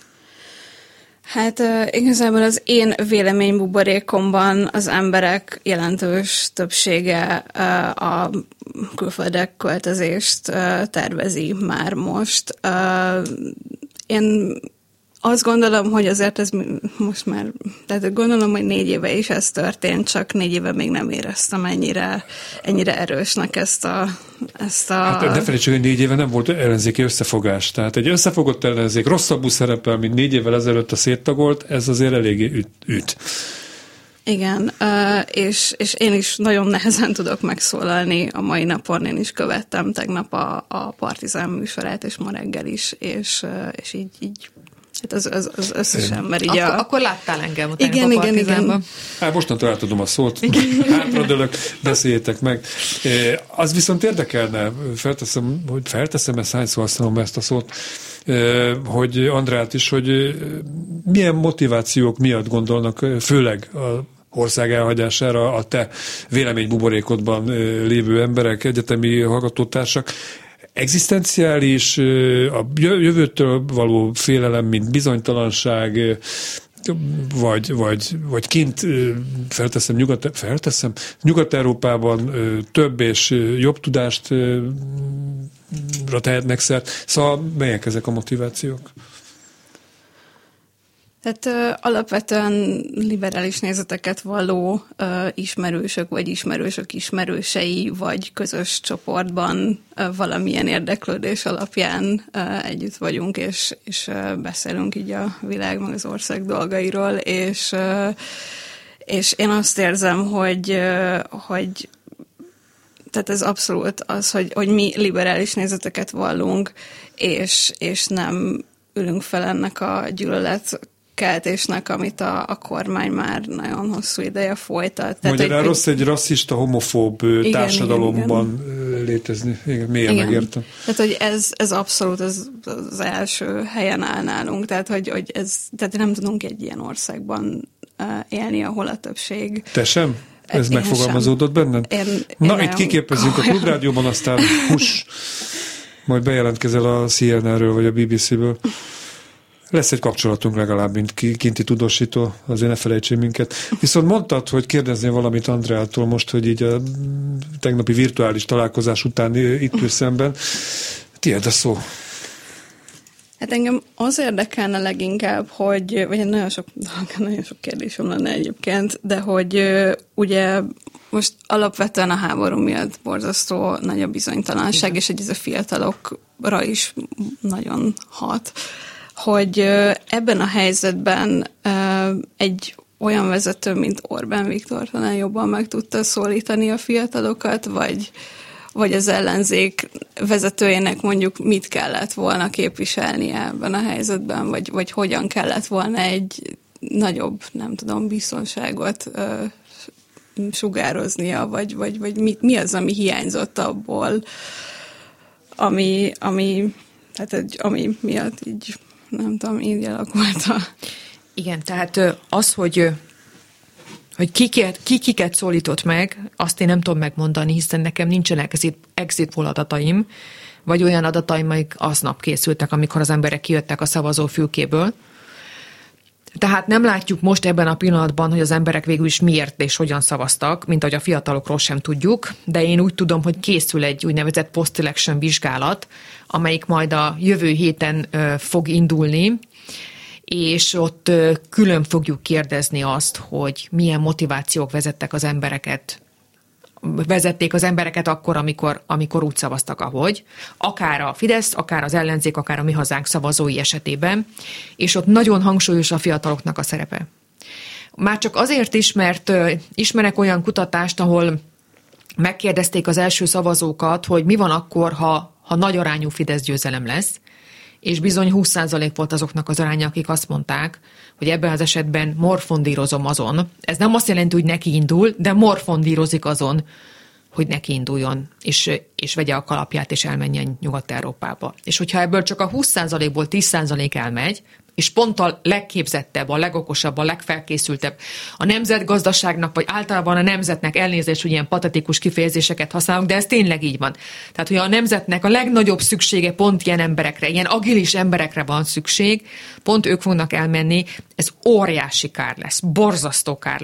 [SPEAKER 6] Hát uh, igazából az én véleménybuborékomban az emberek jelentős többsége uh, a külföldek költözést uh, tervezi már most. Uh, én azt gondolom, hogy azért ez most már, tehát gondolom, hogy négy éve is ez történt, csak négy éve még nem éreztem ennyire, ennyire erősnek ezt a... Ezt a...
[SPEAKER 2] Hát ne felejtsük, hogy négy éve nem volt ellenzéki összefogás. Tehát egy összefogott ellenzék rosszabbul szerepel, mint négy évvel ezelőtt a széttagolt, ez azért eléggé üt. üt.
[SPEAKER 6] Igen, és, és én is nagyon nehezen tudok megszólalni a mai napon, én is követtem tegnap a, a Partizán műsorát, és ma reggel is, és, és így, így hát az, az, az összesen, mert így
[SPEAKER 3] akkor,
[SPEAKER 6] a...
[SPEAKER 3] akkor láttál engem
[SPEAKER 6] igen,
[SPEAKER 3] a
[SPEAKER 6] igen, igen.
[SPEAKER 2] Hát mostantól átadom a szót, hátradőlök, beszéljétek meg. Az viszont érdekelne, felteszem, hogy felteszem, ezt hányszor használom ezt a szót, hogy Andrát is, hogy milyen motivációk miatt gondolnak, főleg a ország elhagyására a te véleménybuborékodban lévő emberek, egyetemi hallgatótársak. Egzisztenciális, a jövőtől való félelem, mint bizonytalanság, vagy, vagy, vagy kint felteszem, Nyugat, felteszem, Nyugat-Európában több és jobb tudást tehetnek szert. Szóval melyek ezek a motivációk?
[SPEAKER 6] Tehát ö, alapvetően liberális nézeteket valló ö, ismerősök, vagy ismerősök ismerősei, vagy közös csoportban ö, valamilyen érdeklődés alapján ö, együtt vagyunk, és, és ö, beszélünk így a világ meg az ország dolgairól, és, ö, és én azt érzem, hogy, ö, hogy tehát ez abszolút az, hogy, hogy mi liberális nézeteket vallunk, és, és nem ülünk fel ennek a gyűlölet keltésnek, amit a, a kormány már nagyon hosszú ideje folytat.
[SPEAKER 2] Magyarán rossz egy rasszista, homofób igen, társadalomban igen, igen. létezni. Igen, mélyen igen. megértem.
[SPEAKER 6] Tehát, hogy ez, ez abszolút az, az első helyen áll nálunk. Tehát, hogy, hogy ez, tehát nem tudunk egy ilyen országban élni, ahol a többség...
[SPEAKER 2] Te sem? Ez én megfogalmazódott sem. Benned?
[SPEAKER 6] Én,
[SPEAKER 2] Na,
[SPEAKER 6] én
[SPEAKER 2] itt kiképezzünk a Klubrádióban, aztán hús, majd bejelentkezel a C N N-ről, vagy a B B C-ből. Lesz egy kapcsolatunk legalább, mint kinti tudósító, azért ne felejtsék minket. Viszont mondtad, hogy kérdeznél valamit Andreától most, hogy így a tegnapi virtuális találkozás után itt ülsz szemben. Tiéd a szó.
[SPEAKER 6] Hát engem az érdekelne leginkább, hogy, vagy nagyon sok, nagyon sok kérdésem lenne egyébként, de hogy ugye most alapvetően a háború miatt borzasztó nagy a bizonytalanság, igen. és hogy ez a fiatalokra is nagyon hat, hogy ebben a helyzetben egy olyan vezető, mint Orbán Viktor talán jobban meg tudta szólítani a fiatalokat, vagy, vagy az ellenzék vezetőjének mondjuk mit kellett volna képviselnie ebben a helyzetben, vagy, vagy hogyan kellett volna egy nagyobb, nem tudom, biztonságot ö, sugároznia, vagy, vagy, vagy mi, mi az, ami hiányzott abból, ami, ami, tehát, ami miatt így nem tudom, így alakult a...
[SPEAKER 3] Igen, tehát az, hogy, hogy kiket, ki kiket szólított meg, azt én nem tudom megmondani, hiszen nekem nincsenek exit, exit poll adataim, vagy olyan adataim, amik aznap készültek, amikor az emberek kijöttek a szavazófülkéből. Tehát nem látjuk most ebben a pillanatban, hogy az emberek végül is miért és hogyan szavaztak, mint ahogy a fiatalokról sem tudjuk, de én úgy tudom, hogy készül egy úgynevezett post-election vizsgálat, amelyik majd a jövő héten ö, fog indulni, és ott ö, külön fogjuk kérdezni azt, hogy milyen motivációk vezettek az embereket, vezették az embereket akkor, amikor, amikor úgy szavaztak, ahogy. Akár a Fidesz, akár az ellenzék, akár a Mi Hazánk szavazói esetében, és ott nagyon hangsúlyos a fiataloknak a szerepe. Már csak azért is, mert ö, ismerek olyan kutatást, ahol megkérdezték az első szavazókat, hogy mi van akkor, ha, ha nagy arányú Fidesz győzelem lesz, és bizony húsz százalék volt azoknak az aránya, akik azt mondták, hogy ebben az esetben morfondírozom azon. Ez nem azt jelenti, hogy neki indul, de morfondírozik azon, hogy neki induljon, és, és vegye a kalapját, és elmenjen Nyugat-Európába. És hogyha ebből csak a húsz százalékból tíz százalék elmegy, és pont a legképzettebb, a legokosabb, a legfelkészültebb, a nemzetgazdaságnak, vagy általában a nemzetnek, elnézést, hogy ilyen patetikus kifejezéseket használunk, de ez tényleg így van. Tehát, hogy a nemzetnek a legnagyobb szüksége pont ilyen emberekre, ilyen agilis emberekre van szükség, pont ők fognak elmenni, ez óriási kár lesz, borzasztó kár lesz.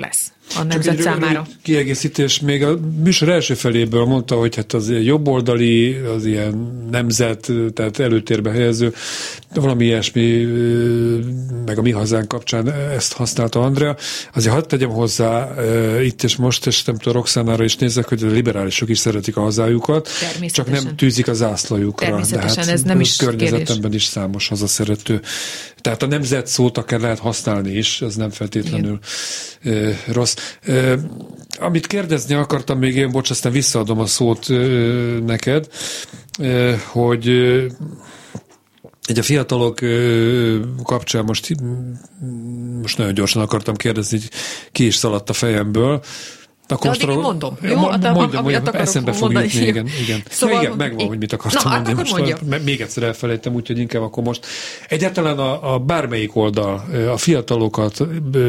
[SPEAKER 3] a nemzet számára.
[SPEAKER 2] Kiegészítés még a műsor első feléből mondta, hogy hát az jobboldali, az ilyen nemzet, tehát előtérbe helyező, valami ilyesmi, meg a Mi Hazánk kapcsán ezt használta Andrea. Azért hadd tegyem hozzá itt és most, és nem tudom, Roxánára is nézek, hogy a liberálisok is szeretik a hazájukat, csak nem tűzik a zászlajukra.
[SPEAKER 3] Természetesen,
[SPEAKER 2] de hát
[SPEAKER 3] ez nem is
[SPEAKER 2] környezetemben
[SPEAKER 3] kérdés.
[SPEAKER 2] is számos hazaszerető. Tehát a nemzet szót akár lehet használni is, ez nem feltétlenül ö, rossz. Ö, amit kérdezni akartam még én, bocs, aztán visszaadom a szót ö, neked, ö, hogy ö, egy a fiatalok ö, kapcsán most, most nagyon gyorsan akartam kérdezni, hogy ki is szaladt a fejemből.
[SPEAKER 3] Akkor most arról, mondom. Jó,
[SPEAKER 2] mondjam,
[SPEAKER 3] mondjam,
[SPEAKER 2] mondjam,
[SPEAKER 3] mondjam
[SPEAKER 2] eszembe fog jutni, igen. igen.
[SPEAKER 3] Szóval,
[SPEAKER 2] ja, igen, megvan, hogy mit akartam
[SPEAKER 3] na,
[SPEAKER 2] mondani
[SPEAKER 3] hát
[SPEAKER 2] most. Mondja. Még egyszer elfelejtem, úgyhogy inkább akkor most. Egyáltalán a, a bármelyik oldal a fiatalokat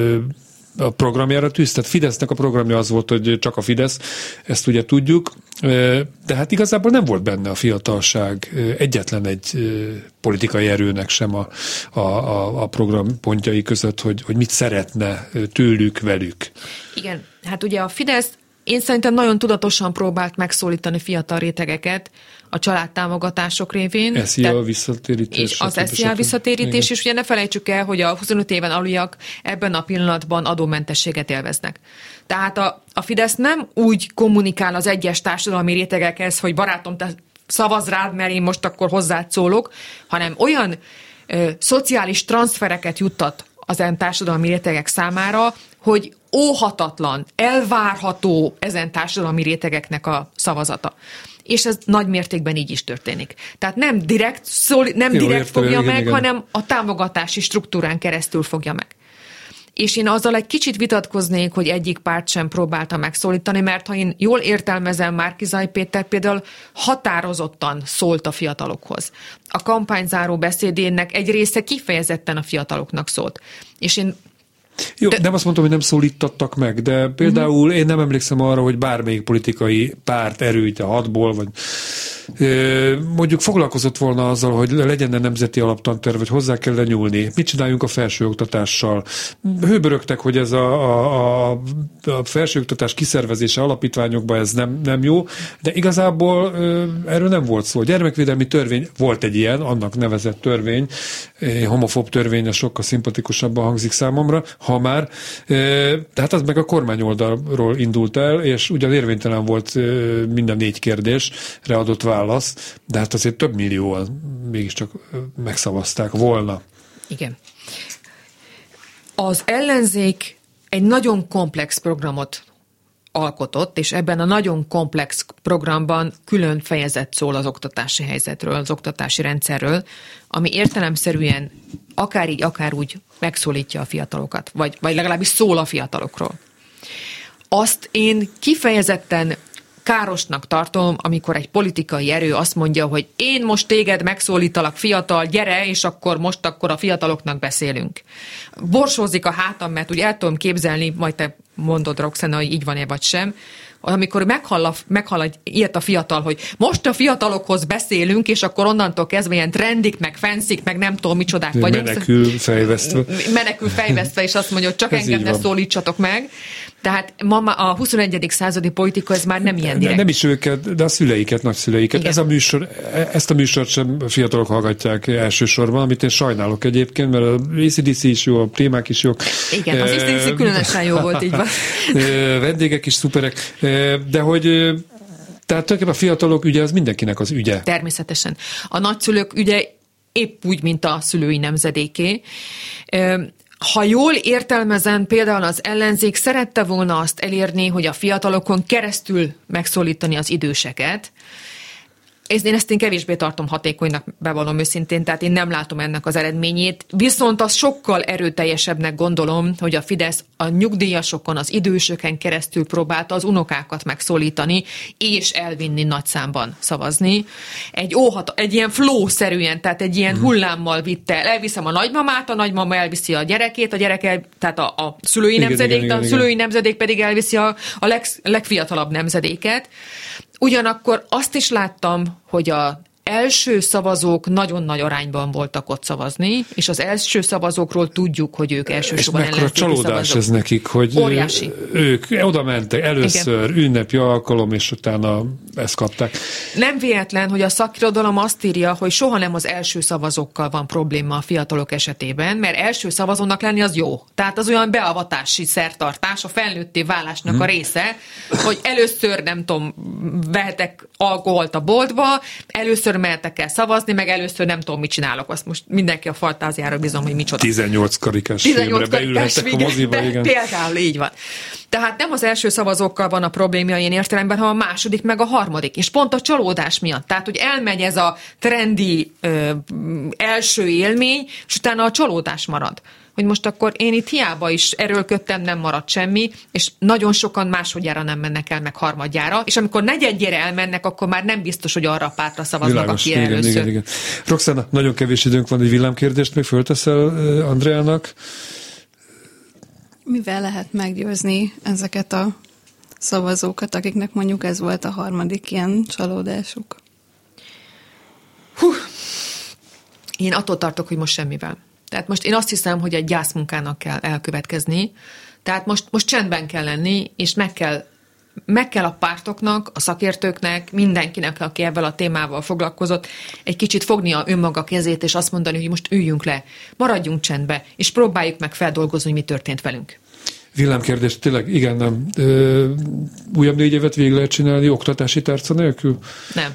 [SPEAKER 2] a programjára tűz, tehát Fidesznek a programja az volt, hogy csak a Fidesz, ezt ugye tudjuk, de hát igazából nem volt benne a fiatalság egyetlen egy politikai erőnek sem a, a, a, a programpontjai között, hogy, hogy mit szeretne tőlük, velük.
[SPEAKER 3] Igen, hát ugye a Fidesz én szerintem nagyon tudatosan próbált megszólítani fiatal rétegeket a családtámogatások révén.
[SPEAKER 2] es zé á visszatérítés.
[SPEAKER 3] És az es zé á visszatérítés, és ugye ne felejtsük el, hogy a huszonöt éven aluliak ebben a pillanatban adómentességet élveznek. Tehát a, a Fidesz nem úgy kommunikál az egyes társadalmi rétegekhez, hogy barátom, te szavazz rád, mert én most akkor hozzád szólok, hanem olyan ö, szociális transfereket juttat az ilyen társadalmi rétegek számára, hogy óhatatlan, elvárható ezen társadalmi rétegeknek a szavazata. És ez nagy mértékben így is történik. Tehát nem direkt, szól, nem
[SPEAKER 2] Jó,
[SPEAKER 3] direkt
[SPEAKER 2] értem,
[SPEAKER 3] fogja
[SPEAKER 2] igen,
[SPEAKER 3] meg,
[SPEAKER 2] igen.
[SPEAKER 3] hanem a támogatási struktúrán keresztül fogja meg. És én azzal egy kicsit vitatkoznék, hogy egyik párt sem próbálta megszólítani, mert ha én jól értelmezem, Márki-Zay Péter például határozottan szólt a fiatalokhoz. A kampányzáró beszédének egy része kifejezetten a fiataloknak szólt. És én
[SPEAKER 2] Jó,
[SPEAKER 3] de...
[SPEAKER 2] nem azt mondtam, hogy nem szólítattak meg, de például uh-huh. én nem emlékszem arra, hogy bármelyik politikai párt erőt a hatból, vagy mondjuk foglalkozott volna azzal, hogy legyen egy nemzeti alaptanterv, vagy hozzá kell nyúlni. Mit csináljunk a felsőoktatással? Hőbörögtek, hogy ez a, a, a felsőoktatás kiszervezése alapítványokban ez nem, nem jó, de igazából erről nem volt szó. A gyermekvédelmi törvény volt egy ilyen, annak nevezett törvény, homofób törvény, sokkal szimpatikusabban hangzik számomra, ha már. Tehát az meg a kormány oldalról indult el, és ugyan érvénytelen volt minden négy kérdésre adott válasz, de hát azért több millióan mégiscsak megszavazták volna.
[SPEAKER 3] Igen. Az ellenzék egy nagyon komplex programot alkotott, és ebben a nagyon komplex programban külön fejezet szól az oktatási helyzetről, az oktatási rendszerről, ami értelemszerűen akár így, akár úgy megszólítja a fiatalokat, vagy, vagy legalábbis szól a fiatalokról. Azt én kifejezetten károsnak tartom, amikor egy politikai erő azt mondja, hogy én most téged megszólítalak, fiatal, gyere, és akkor most akkor a fiataloknak beszélünk. Borsózik a hátam, mert úgy el tudom képzelni, majd te mondod, Roxana, hogy így van-e vagy sem, amikor meghall, meghall egy, ilyet a fiatal, hogy most a fiatalokhoz beszélünk, és akkor onnantól kezdve ilyen trendik, meg fenszik, meg nem tudom micsodák vagyunk.
[SPEAKER 2] Menekül fejvesztve.
[SPEAKER 3] Menekül fejvesztve, és azt mondja, hogy csak ez engem ne szólítsatok meg. Tehát ma a huszonegyedik századi politika, ez már nem ilyen direkt.
[SPEAKER 2] Nem is őket, de a szüleiket, nagyszüleiket. Ez a műsor, ezt a műsort sem fiatalok hallgatják elsősorban, amit én sajnálok egyébként, mert a á cé dé cé is jó, a témák is jók.
[SPEAKER 3] Igen, az á cé dé cé különösen jó volt, így van.
[SPEAKER 2] Vendégek is szuperek, de hogy tehát tulajdonképpen a fiatalok ügye, az mindenkinek az ügye.
[SPEAKER 3] Természetesen. A nagyszülők ügye épp úgy, mint a szülői nemzedéké. Ha jól értelmezem, például az ellenzék szerette volna azt elérni, hogy a fiatalokon keresztül megszólítani az időseket. Én ezt én kevésbé tartom hatékonynak, bevallom őszintén, tehát én nem látom ennek az eredményét. Viszont az sokkal erőteljesebbnek gondolom, hogy a Fidesz a nyugdíjasokon, az idősöken keresztül próbálta az unokákat megszólítani, és elvinni nagy számban szavazni. Egy, óhat, egy ilyen flow-szerűen, tehát egy ilyen hullámmal vitte el. Elviszem a nagymamát, a nagymama elviszi a gyerekét, a gyerek el, tehát a, a szülői igen, nemzedék, igen, igen, a szülői igen. nemzedék pedig elviszi a, a leg, legfiatalabb nemzedéket. Ugyanakkor azt is láttam, hogy a első szavazók nagyon nagy arányban voltak ott szavazni, és az első szavazókról tudjuk, hogy ők elsősorban
[SPEAKER 2] ellenzéki szavazók. És mekkora csalódás ez nekik, hogy
[SPEAKER 3] óriási.
[SPEAKER 2] Ők oda mentek először, igen, ünnepi alkalom, és utána ezt kapták.
[SPEAKER 3] Nem véletlen, hogy a szakirodalom azt írja, hogy soha nem az első szavazókkal van probléma a fiatalok esetében, mert első szavazónak lenni az jó. Tehát az olyan beavatási szertartás, a felnőtté válásnak hmm. a része, hogy először, nem tudom, vehetek alkoholt a boltba, először mehetek el szavazni, meg először nem tudom, mit csinálok. Azt most mindenki a fantáziára bízom, hogy micsoda.
[SPEAKER 2] tizennyolc karikás filmre beülhettek a moziba, igen.
[SPEAKER 3] Például így van. Tehát nem az első szavazókkal van a probléma ilyen értelemben, hanem a második, meg a harmadik. És pont a csalódás miatt. Tehát, hogy elmegy ez a trendi ö, első élmény, és utána a csalódás marad. Hogy most akkor én itt hiába is erőlködtem, nem maradt semmi, és nagyon sokan másodjára nem mennek el, meg harmadjára, és amikor negyedjére elmennek, akkor már nem biztos, hogy arra a pártra szavaznak,
[SPEAKER 2] világos,
[SPEAKER 3] aki
[SPEAKER 2] igen,
[SPEAKER 3] először.
[SPEAKER 2] Igen, igen. Roxana, nagyon kevés időnk van, egy villámkérdést még fölteszel uh, Andreának.
[SPEAKER 6] Mivel lehet meggyőzni ezeket a szavazókat, akiknek mondjuk ez volt a harmadik ilyen csalódásuk?
[SPEAKER 3] Hú, én attól tartok, hogy most semmivel. Tehát most én azt hiszem, hogy egy gyászmunkának kell elkövetkezni, tehát most, most csendben kell lenni, és meg kell, meg kell a pártoknak, a szakértőknek, mindenkinek, aki ebben a témával foglalkozott, egy kicsit fogni a önmaga kezét, és azt mondani, hogy most üljünk le, maradjunk csendbe, és próbáljuk meg feldolgozni, hogy mi történt velünk.
[SPEAKER 2] Villámkérdés, tényleg, igen, nem. Ö, újabb négy évet végig lehet csinálni oktatási tárca nélkül?
[SPEAKER 3] Nem.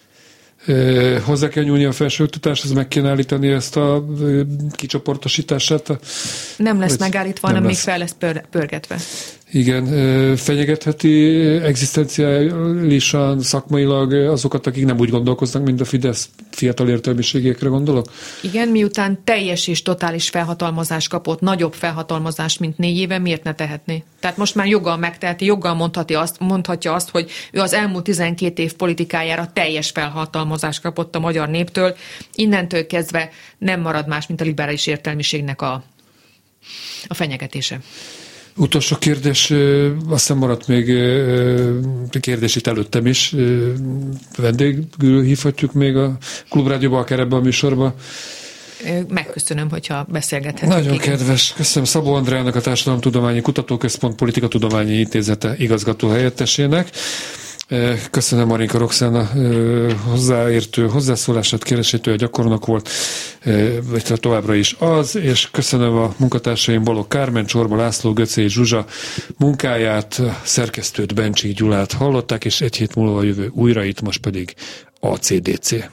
[SPEAKER 2] Ö, hozzá kell nyúlni a felsőoktatáshoz, meg kell állítani ezt a ö, kicsoportosítását? A,
[SPEAKER 3] nem lesz megállítva, hanem még
[SPEAKER 2] lesz.
[SPEAKER 3] fel lesz pör, pörgetve.
[SPEAKER 2] Igen, ö, fenyegetheti egzisztenciálisan, szakmailag azokat, akik nem úgy gondolkoznak, mint a Fidesz fiatal értelmiségekre gondolok?
[SPEAKER 3] Igen, miután teljes és totális felhatalmazást kapott, nagyobb felhatalmazást, mint négy éve, miért ne tehetné? Tehát most már joggal megteheti, joggal mondhatja azt, mondhatja azt, hogy ő az elmúlt tizenkét év politikájára teljes felhatalmazást kapott a magyar néptől. Innentől kezdve nem marad más, mint a liberális értelmiségnek a, a fenyegetése.
[SPEAKER 2] Utolsó kérdés, azt hiszem maradt még kérdés itt előttem is. Vendégül hívhatjuk még a Klubrádióba, akár ebben a műsorban.
[SPEAKER 3] Megköszönöm, hogyha beszélgethetünk.
[SPEAKER 2] Nagyon kedves. Köszönöm Szabó Andreának, a Társadalomtudományi Kutatóközpont Politikatudományi Intézete igazgató helyettesének. Köszönöm Marinka Roxana hozzáértő hozzászólását, keresétője gyakornok volt, vagy továbbra is az, és köszönöm a munkatársaim Balogh Kármen, Csorba László, Göcé Zsuzsa munkáját, szerkesztőt Bencsik Gyulát hallották, és egy hét múlva jövő újra itt, most pedig á cé dé cé.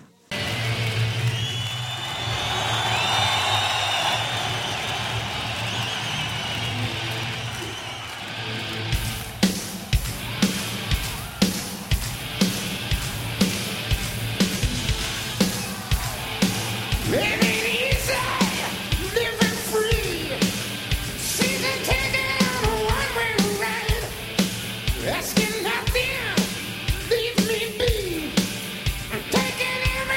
[SPEAKER 5] Asking nothing leaves me be. I'm taking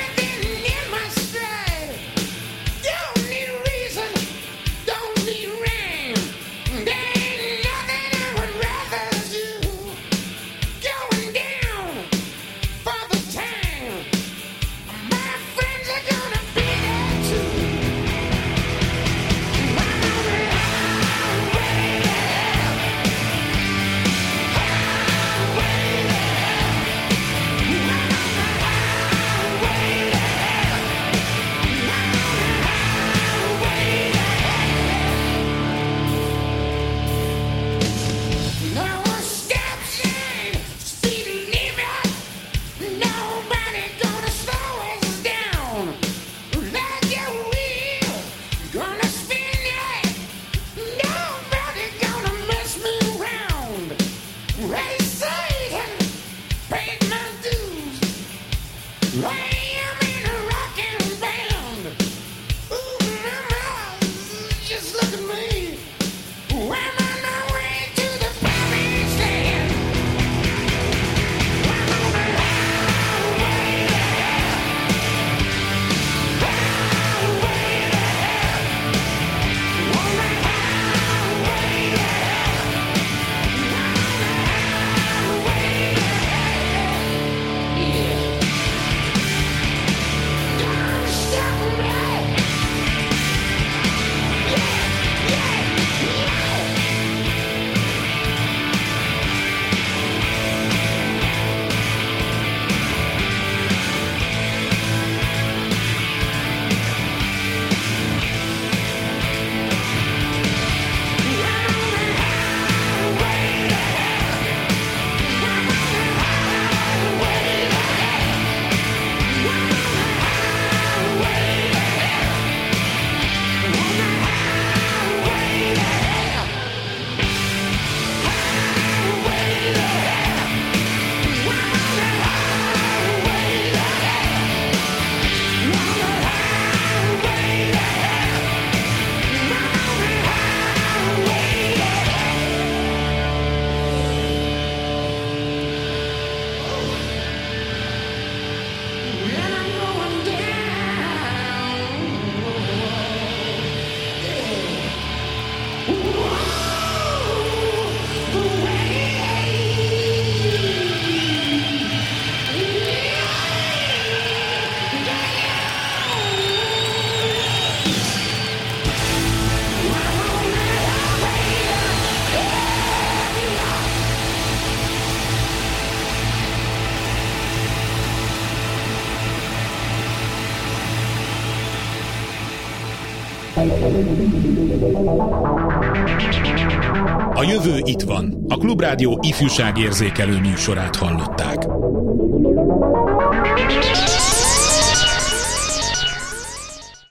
[SPEAKER 1] A jövő itt van. A Klubrádió ifjúságérzékelő műsorát hallották.